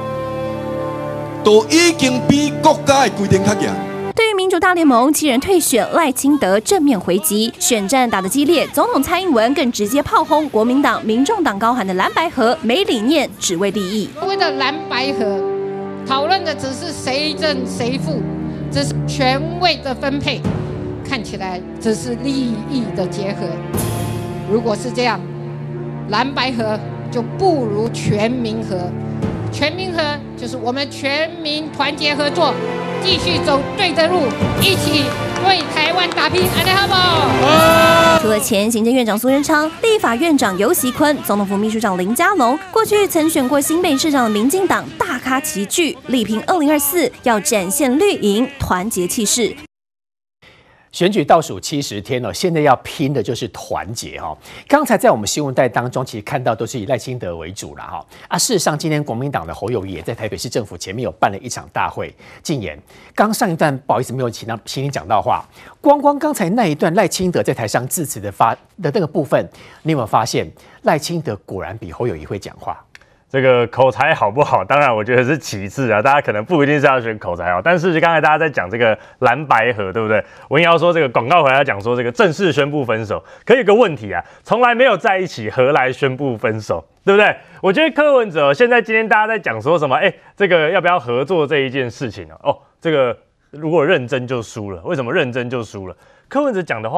都已经比国家的规定较严。 对于民主大联盟7人退选，赖清德正面回击，选战打得激烈，总统蔡英文更直接炮轰国民党、民众党高喊的蓝白合没理念，只为利益。 所谓的蓝白合，讨论的只是谁正谁负，只是权位的分配。看起来只是利益的结合，如果是这样，蓝白合就不如全民合。全民合就是我们全民团结合作，继续走对的路，一起为台湾打拼，安尼好不好？ 除了前行政院长苏贞昌、立法院长游锡堃、总统府秘书长林佳龙，过去曾选过新北市长的民进党大咖齐聚，力拼2024，要展现绿营团结气势。 选举倒数70天了，现在要拼的就是团结哈。刚才在我们新闻带当中，其实看到都是以赖清德为主了哈。事实上，今天国民党的侯友宜也在台北市政府前面有办了一场大会禁言。刚上一段不好意思没有请你讲到话，光刚才那一段赖清德在台上致辞的那个部分，你有没有发现赖清德果然比侯友宜会讲话？ 这个口才好不好，当然我觉得是其次啊，大家可能不一定是要选口才好，但是刚才大家在讲这个蓝白合，对不对？我应该要说这个广告回来讲说这个正式宣布分手，可有个问题啊，从来没有在一起，何来宣布分手，对不对？我觉得柯文哲现在今天大家在讲说什么？这个要不要合作这一件事情这个如果认真就输了，为什么认真就输了？柯文哲讲的话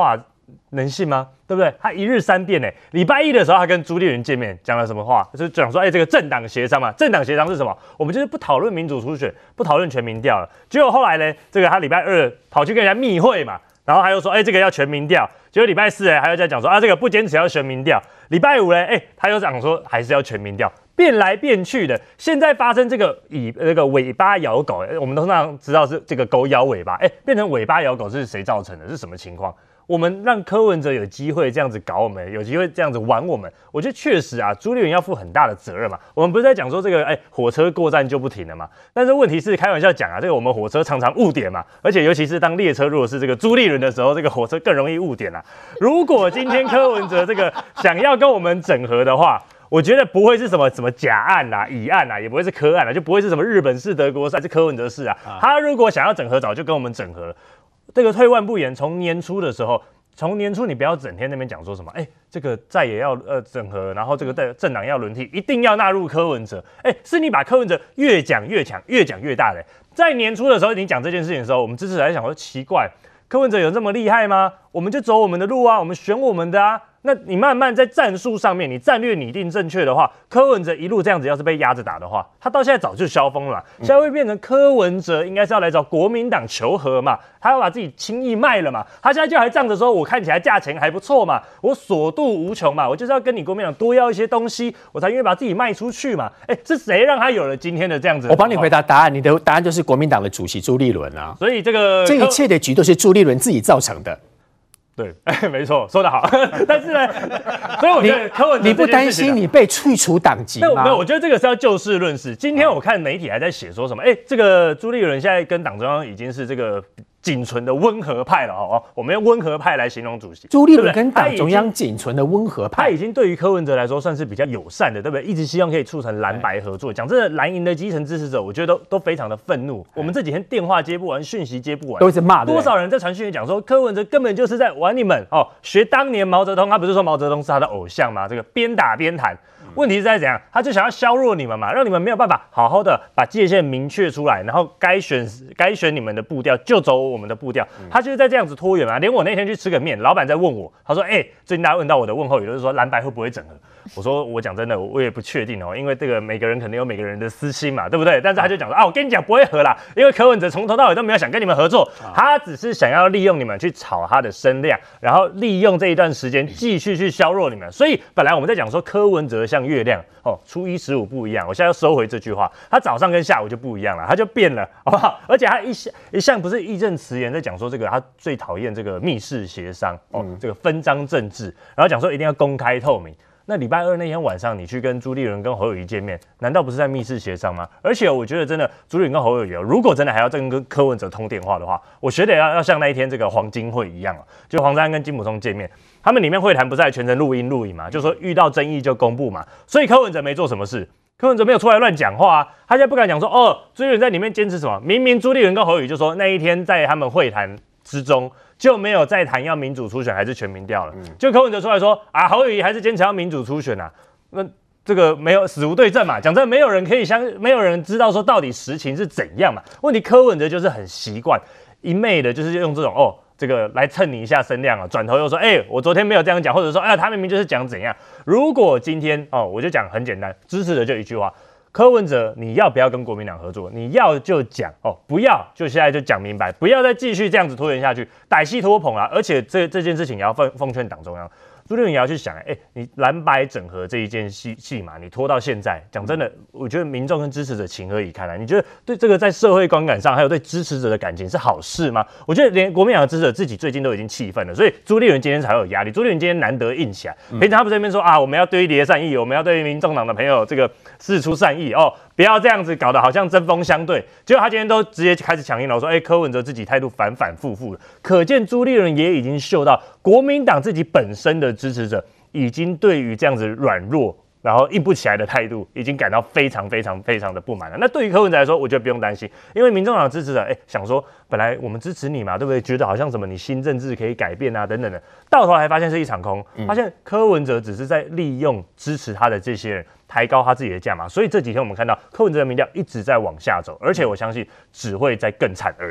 能信吗？对不对？他一日三变呢。礼拜一的时候，他跟朱立伦见面，讲了什么话？就是讲说，这个政党协商嘛。政党协商是什么？我们就是不讨论民主初选，不讨论全民调了。结果后来呢，这个他礼拜二跑去跟人家密会嘛，然后他又说，这个要全民调。结果礼拜四还又在讲说，这个不坚持要全民调。礼拜五呢，他又讲说还是要全民调。变来变去的，现在发生这个以那个尾巴咬狗，我们通常知道是这个狗咬尾巴，变成尾巴咬狗是谁造成的？是什么情况？我们让柯文哲有机会这样子搞我们，有机会这样子玩我们，我觉得确实啊，朱立伦要负很大的责任嘛。我们不是在讲说这个火车过站就不停了嘛？但是问题是开玩笑讲啊，这个我们火车常常误点嘛，而且尤其是当列车如果是这个朱立伦的时候，这个火车更容易误点啊。如果今天柯文哲这个想要跟我们整合的话，我觉得不会是什么甲案啦、乙案啦，也不会是柯案啦，就不会是什么日本式、德国式，还是柯文哲式啊。他如果想要整合，早就跟我们整合了。这个退万步言，从年初的时候，你不要整天那边讲说什么，这个再也要整合，然后这个政党要轮替，一定要纳入柯文哲。是你把柯文哲越讲越强，越讲越大的。在年初的时候，你讲这件事情的时候，我们支持者在想说，奇怪，柯文哲有这么厉害吗？我们就走我们的路啊，我们选我们的啊。那你慢慢在战术上面，你战略拟定正确的话，柯文哲一路这样子，要是被压着打的话，他到现在早就消风了嘛。现在会变成柯文哲应该是要来找国民党求和嘛，他要把自己轻易卖了嘛。他现在就还仗着说，我看起来价钱还不错嘛，我所度无穷嘛，我就是要跟你国民党多要一些东西，我才愿意把自己卖出去嘛。是谁让他有了今天的这样子？ 我帮你回答答案，你的答案就是国民党的主席朱立伦啊。 所以这一切的局都是朱立伦自己造成的。 对，没错，说得好。但是呢，所以我觉得柯文哲， 你不担心你被去除党籍吗？ 没有，我觉得这个是要就事论事。今天我看媒体还在写说什么，这个朱立伦现在跟党中央已经是这个仅存的温和派了哦，我们用温和派来形容主席。 朱立伦跟党中央仅存的温和派， 他已经对于柯文哲来说算是比较友善的，对不对？一直希望可以促成蓝白合作。讲真的，蓝营的基层支持者，我觉得都非常的愤怒。我们这几天电话接不完，讯息接不完， 都一直骂。 多少人在传讯息讲说，柯文哲根本就是在玩你们哦，学当年毛泽东，他不是说毛泽东是他的偶像吗？这个边打边谈。问题是在怎样？他就想要削弱你们嘛，让你们没有办法好好的把界限明确出来，然后该选你们的步调就走我们的步调。他就是在这样子拖延嘛。连我那天去吃个面，老板在问我，他说：“最近大家问到我的问候语，就是说蓝白会不会整合？”我说：“我讲真的，我也不确定哦，因为这个每个人肯定有每个人的私心嘛，对不对？”但是他就讲说：“我跟你讲不会合啦，因为柯文哲从头到尾都没有想跟你们合作，他只是想要利用你们去炒他的声量，然后利用这一段时间继续去削弱你们。所以本来我们在讲说柯文哲像月亮。”初一15不一样，我现在要收回这句话。他早上跟下午就不一样了，他就变了，好不好？而且他一向不是义正辞严在讲说这个，他最讨厌这个密室协商这个分赃政治，然后讲说一定要公开透明。那礼拜二那天晚上，你去跟朱立伦跟侯友宜见面，难道不是在密室协商吗？而且我觉得真的，朱立伦跟侯友宜如果真的还要跟柯文哲通电话的话，我觉得要像那一天这个黄金会一样就黄珊珊跟金溥聪见面。他们里面会谈不是还全程录影嘛？就说遇到争议就公布嘛。所以柯文哲没做什么事，柯文哲没有出来乱讲话啊。他现在不敢讲说朱立伦在里面坚持什么。明明朱立伦跟侯友宜就说那一天在他们会谈之中就没有再谈要民主初选还是全民调了。就柯文哲出来说侯友宜还是坚持要民主初选啊。那这个没有死无对证嘛。讲真的，没有人没有人知道说到底实情是怎样嘛。问题柯文哲就是很习惯一昧的，就是用这种这个来蹭你一下声量转头又说我昨天没有这样讲，或者说他明明就是讲怎样。如果今天我就讲很简单，支持的就一句话，柯文哲你要不要跟国民党合作？你要就讲不要就现在就讲明白，不要再继续这样子拖延下去，歹戏拖棚啊！而且这件事情也要奉劝党中央。朱立伦也要去想，你蓝白整合这一件戏嘛，你拖到现在，讲真的，我觉得民众跟支持者情何以堪啊？你觉得对这个在社会观感上，还有对支持者的感情是好事吗？我觉得连国民党的支持者自己最近都已经气愤了，所以朱立伦今天才有压力。朱立伦今天难得硬起来，平常他不是在那边说我们要堆叠善意，我们要对民众党的朋友这个释出善意不要这样子搞得好像针锋相对。结果他今天都直接开始强硬了，说柯文哲自己态度反反复复了，可见朱立伦也已经嗅到国民党自己本身的支持者已经对于这样子软弱然后硬不起来的态度已经感到非常非常非常的不满了。那对于柯文哲来说，我觉得不用担心，因为民众党支持者想说本来我们支持你嘛，对不对？觉得好像什么你新政治可以改变啊等等的，到头来发现是一场空，发现柯文哲只是在利用支持他的这些人抬高他自己的价码。所以这几天我们看到柯文哲的民调一直在往下走，而且我相信只会再更惨而已。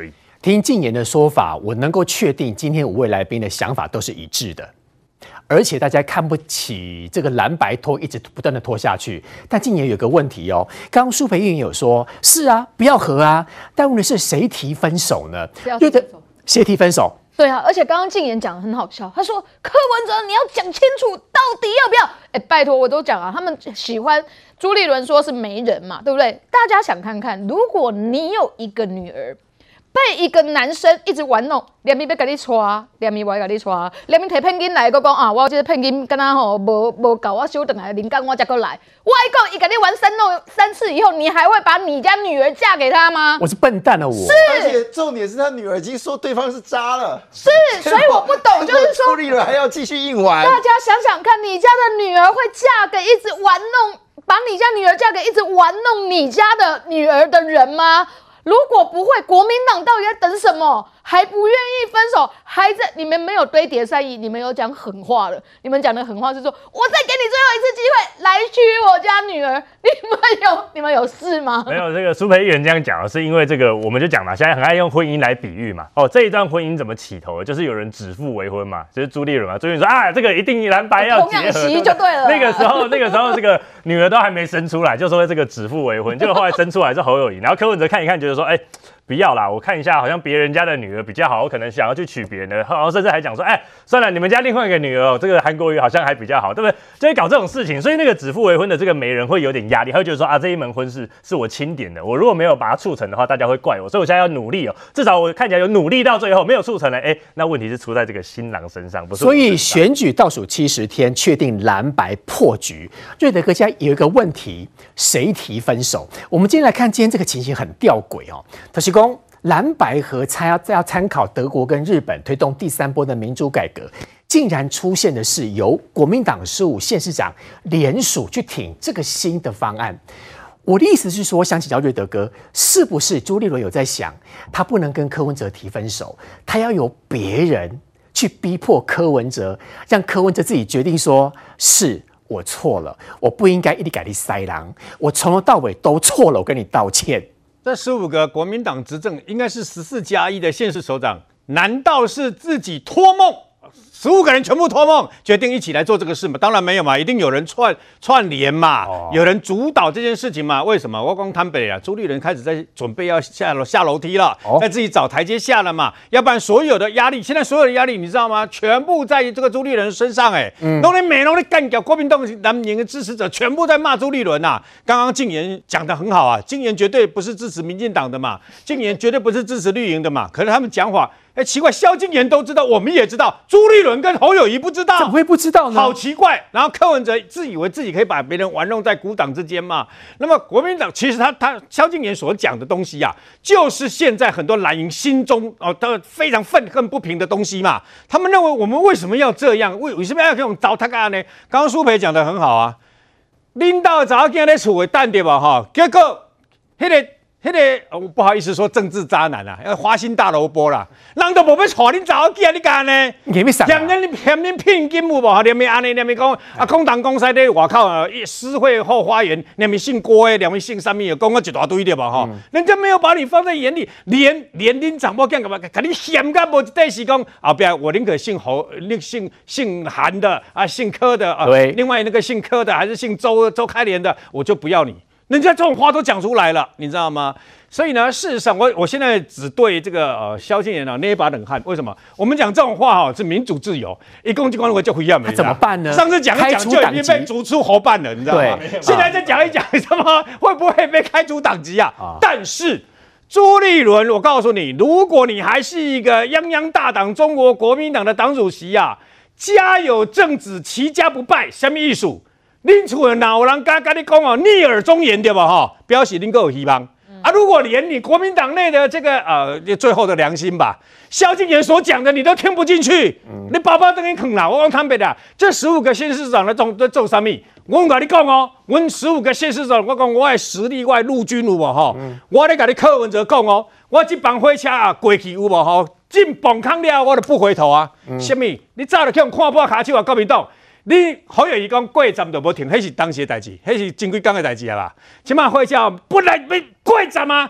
听静言的说法，我能够确定今天5位来宾的想法都是一致的，而且大家看不起这个蓝白拖，一直不断的拖下去。但静言有个问题哦，刚刚舒培议员有说，是啊，不要和啊，但问题是谁提分手呢？谁提分手？ 对啊，而且刚刚静言讲得很好笑，他说柯文哲你要讲清楚到底要不要？拜托，我都讲啊，他们喜欢朱立伦说是媒人嘛，对不对？大家想看看，如果你有一个女儿被一个男生一直玩弄，连咪要给你抓，连咪我要给你抓，连咪摕聘金来，讲啊，我这个聘金跟他无够，我收回来，临干我才过来。我讲，伊给你玩3次以后，你还会把你家女儿嫁给他吗？ 我是笨蛋了，我。 是，而且重点是他女儿已经说对方是渣了。 是，所以我不懂，就是说朱立伦还要继续硬玩。 大家想想看，你家的女儿会嫁给一直玩弄，把你家女儿嫁给一直玩弄你家的女儿的人吗？如果不会，国民党到底在等什么？还不愿意分手，还在你们没有堆叠善意，你们有讲狠话了。你们讲的狠话是说，我再给你最后一次机会来娶我家女儿。你们有事吗？ 没有，这个苏培议员这样讲，是因为这个我们就讲嘛，现在很爱用婚姻来比喻嘛。哦，这一段婚姻怎么起头的？就是有人指腹为婚嘛，就是朱立伦嘛。朱立伦说啊，这个一定蓝白要结合， 就对了。 那个时候这个女儿都还没生出来，就说这个指腹为婚，结果后来生出来是侯友宜，然后柯文哲看一看，觉得说，不要啦，我看一下，好像别人家的女儿比较好，我可能想要去娶别人的，然后甚至还讲说，算了，你们家另外一个女儿，这个韩国瑜好像还比较好，对不对？就会搞这种事情，所以那个指腹为婚的这个媒人会有点压力，他会觉得说啊，这一门婚事是我钦点的，我如果没有把它促成的话，大家会怪我，所以我现在要努力哦，至少我看起来有努力到最后，没有促成了，那问题是出在这个新郎身上，不是？ 所以选举倒数70天，确定蓝白破局。瑞德哥家有一个问题，谁提分手？我们今天来看，今天这个情形很吊诡哦，他是说蓝白合要参考德国跟日本推动第3波的民主改革，竟然出现的是由国民党15县市长联署去挺这个新的方案。我的意思是说，我想请教瑞德哥，是不是朱立伦有在想，他不能跟柯文哲提分手，他要由别人去逼迫柯文哲，让柯文哲自己决定说，是我错了，我不应该一直给你塞狼，我从头到尾都错了，我跟你道歉。 这15个国民党执政应该是14+1的县市首长，难道是自己托梦？15个人全部托梦，决定一起来做这个事嘛？当然没有嘛，一定有人串联嘛，有人主导这件事情嘛？为什么？我讲坦白啊，朱立伦开始在准备要下楼梯了，在自己找台阶下了嘛？要不然所有的压力，现在所有的压力你知道吗？全部在这个朱立伦身上弄得美弄得干掉国民党蓝营的支持者，全部在骂朱立伦啊！刚刚静言讲得很好啊，静言绝对不是支持民进党的嘛，静言绝对不是支持绿营的嘛，可是他们讲法。奇怪，萧敬言都知道，我们也知道，朱立伦跟侯友宜不知道， 怎么会不知道呢？ 好奇怪。然后柯文哲自以为自己可以把别人玩弄在鼓党之间嘛。那么国民党其实他萧敬言所讲的东西啊，就是现在很多蓝营心中都非常愤恨不平的东西嘛。他们认为我们为什么要这样？为什么要这种糟蹋干呢？刚刚苏培讲的很好啊，领导早间在厝的等对吧？哈，结果那个不好意思说政治渣男啊，花心大萝卜啦，人都无要娶恁查某囝，你干呢？嫌恁聘金有无？连咪安尼，连咪讲啊，空党公司咧外口诗会后花园，连咪姓郭的，连咪姓什么的，讲个一大堆对吧？哈，人家没有把你放在眼里，连恁查某囝干嘛？给你嫌个无一对是讲后边我宁可姓侯，姓韩的啊，姓柯的啊，另外那个姓柯的还是姓周开莲的，我就不要你。人家这种话都讲出来了，你知道吗？所以呢，事实上我现在只对这个萧敬言捏一把冷汗。为什么？我们讲这种话是民主自由，一公击光我就不一样， 他怎么办呢？ 上次讲一讲就已经被逐出侯办了，你知道吗？现在再讲一讲，什么会不会被开除党籍啊？但是朱立伦，我告诉你，如果你还是一个泱泱大党中国国民党的党主席啊，家有正子，齐家不败，什么意思？恁厝的哪有人敢跟你讲哦，逆耳忠言对吧？哈，表示恁够有希望啊！如果连你国民党内的这个最后的良心吧，萧敬言所讲的你都听不进去，你包包等于啃啦！我讲坦白的，这15个县市长在做什么？我跟你讲哦，我15个县市长，我讲我的实力，我的陆军有无哈？我咧跟你柯文哲讲哦，我这班火车啊过去有无哈？进崩坑了，我就不回头啊！什么？你早就去看破卡手啊，国民党！你侯友宜讲过站就无停，迄是当时的代志，迄是前几天的代志啊吧？即马火车本来要过站啊，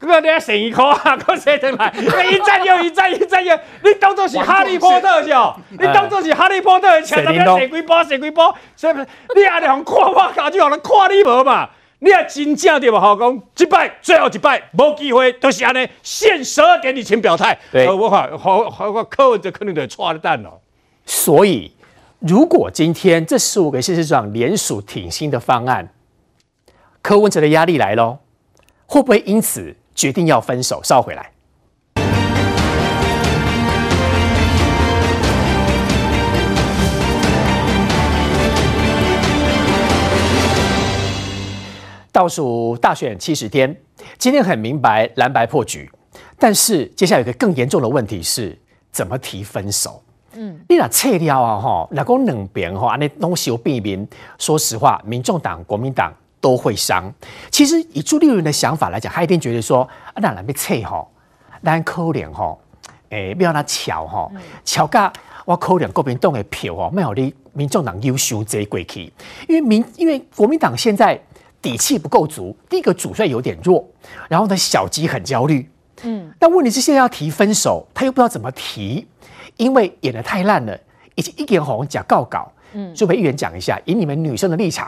个你剩一块啊，个谁等来？一战又一战，一战又，你当作是哈利波特是哦？你当作是哈利波特的枪，那边射几波，射几波，所以你还得互看我，搞就互人看你无嘛？你也真正对吧？好讲，一摆最后一摆无机会，都是安尼，限12点以前表态。对，我柯文哲可能得错了蛋了。 所以，如果今天这15个县市长联署挺新的方案，柯文哲的压力来咯，会不会因此决定要分手？稍回来。倒数大选70天，今天很明白蓝白破局，但是接下来有一个更严重的问题是怎么提分手。你若切了啊吼，若讲两边吼安尼拢相避免，说实话，民众党、国民党都会伤。其实以朱立伦的想法来讲，他一定觉得说，啊，咱若要切吼，咱可能吼，要让他巧吼，巧到我可能国民党的票吼，没有你民众党优秀这过去，因为国民党现在底气不够足，第一个主帅有点弱，然后呢小鸡很焦虑，但问题是现在要提分手，他又不知道怎么提，因为演得太烂了，已经一点红假告稿，就被议员讲一下，以你们女生的立场。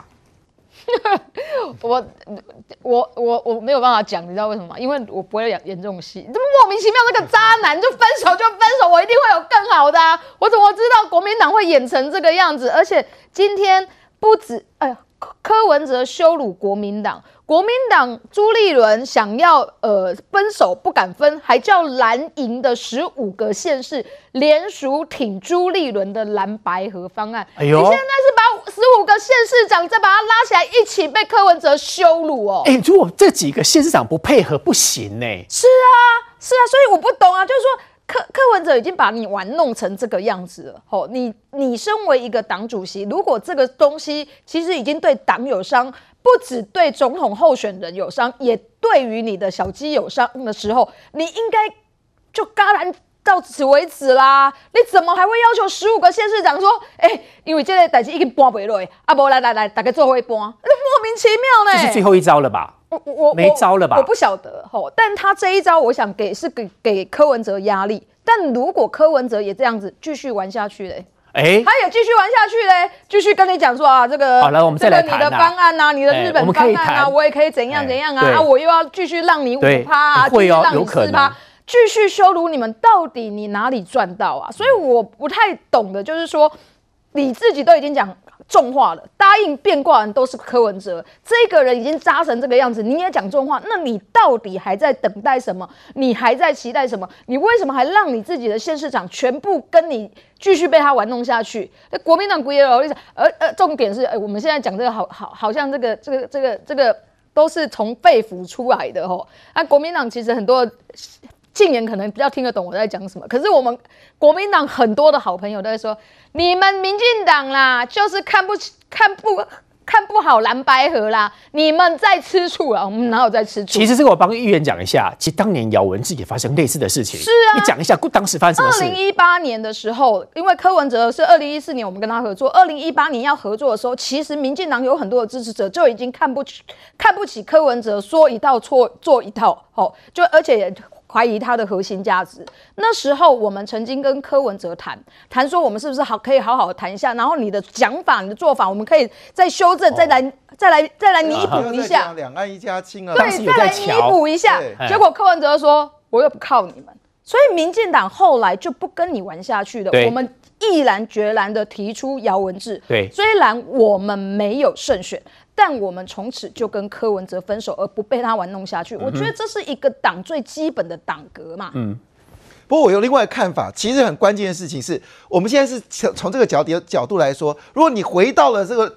我没有办法讲，你知道为什么吗？因为我不会演这种戏，这莫名其妙那个渣男就分手就分手，我一定会有更好的啊！我怎么知道国民党会演成这个样子？而且今天不止，柯文哲羞辱国民党，国民党朱立伦想要分手不敢分，还叫蓝营的15个县市联署挺朱立伦的蓝白合方案。你现在是把15个县市长再把他拉起来一起被柯文哲羞辱哦。 如果这几个县市长不配合不行呢？ 是啊，所以我不懂啊，就是说。柯文哲已经把你玩弄成这个样子了，你身为一个党主席，如果这个东西其实已经对党有伤，不只对总统候选人有伤，也对于你的小鸡有伤的时候，你应该就戛然到此为止啦！你怎么还会要求15个县市长说，因为这个代志已经搬不落，不来，大家做伙搬，莫名其妙呢？ 这是最后一招了吧？没招了吧？ 我不晓得但他这一招，我想给柯文哲压力。但如果柯文哲也这样子继续玩下去嘞，他也继续玩下去嘞，继续跟你讲说啊，这个好了，我们再来谈你的方案啊，你的日本方案啊，我也可以怎样啊，我又要继续让你5%啊，继续让你4%，继续羞辱你们，到底你哪里赚到啊？所以我不太懂的就是说，你自己都已经讲。重话了，答应变卦人都是柯文哲，这个人已经渣成这个样子，你也讲重话，那你到底还在等待什么？你还在期待什么？你为什么还让你自己的县市长全部跟你继续被他玩弄下去？国民党归了，重点是，我们现在讲这个好像这个都是从肺腑出来的吼。国民党其实很多。近年可能比较听得懂我在讲什么，可是我们国民党很多的好朋友都在说，你们民进党啦，就是看不好蓝白合啦，你们在吃醋啊，我们哪有在吃醋？ 其实这个我帮议员讲一下，其实当年姚文智也发生类似的事情。 是啊， 你讲一下当时发生什么事 ？2018年的时候，因为柯文哲是2014年我们跟他合作，2018年要合作的时候，其实民进党有很多的支持者就已经看不起柯文哲，说一套做一套，而且也。怀疑他的核心价值。那时候我们曾经跟柯文哲谈说，我们是不是可以好好的谈一下，然后你的讲法、你的做法，我们可以再修正，再来弥补一下。 两岸一家亲啊， 对，再来弥补一下。结果柯文哲说，我又不靠你们，所以民进党后来就不跟你玩下去了。我们毅然决然的提出姚文智。 对，虽然我们没有胜选。但我们从此就跟柯文哲分手，而不被他玩弄下去。我觉得这是一个党最基本的党格嘛。 不过我有另外的看法，其实很关键的事情是，我们现在是从这个角度来说，如果你回到了这个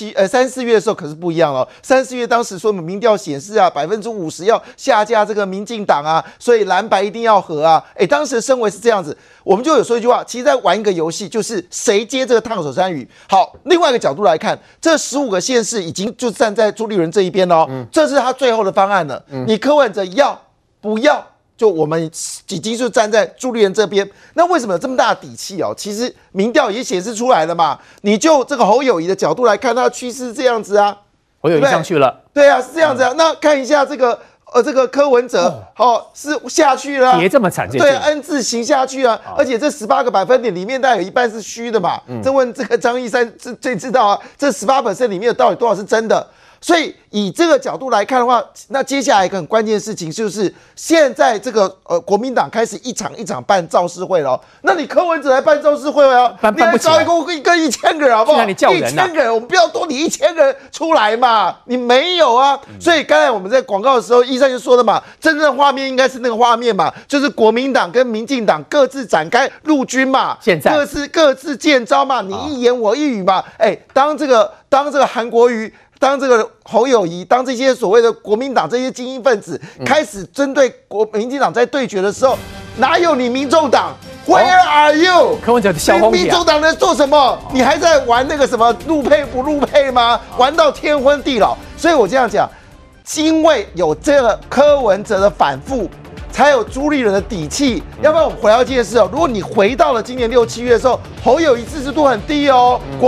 3、4月的时候，可是不一样了。3、4月当时说民调显示啊，50%要下架这个民进党啊，所以蓝白一定要合啊。当时的氛围是这样子，我们就有说一句话，其实在玩一个游戏，就是谁接这个烫手山芋。好，另外一个角度来看，这15个县市已经就站在朱立伦这一边了，这是他最后的方案了。你柯文哲要不要？就我们已经是站在朱立伦这边，那为什么有这么大的底气哦？其实民调也显示出来了嘛。你就这个侯友宜的角度来看，它的趋势是这样子啊， 侯友宜上去了， 对啊，是这样子啊。那看一下这个这个柯文哲是下去了， 跌这么惨， 对 N 字形下去啊，而且这18个百分点里面大概有一半是虚的嘛。这问这个张一山最知道啊，这18% 里面有到底多少是真的？所以以这个角度来看的话，那接下来一个很关键的事情就是，现在这个国民党开始一场一场办造势会了。那你柯文哲来办造势会啊？你来招一个1000个人好不好？1000个人，我们不要多你1000个人出来嘛？你没有啊。所以刚才我们在广告的时候，医生就说了嘛，真正的画面应该是那个画面嘛，就是国民党跟民进党各自展开陆军嘛， 现在各自见招嘛，你一言我一语嘛。当这个韩国瑜。当这个侯友宜，当这些所谓的国民党这些精英分子开始针对民进党在对决的时候，哪有你民众党 ？Where are you？ 柯文哲的小红民众党在做什么？你还在玩那个什么陆配不陆配吗？玩到天昏地老。所以我这样讲，因为有这个柯文哲的反复，才有朱立伦的底气。要不然我们回到这件事哦，如果你回到了今年6、7月的时候，侯友宜支持度很低哦。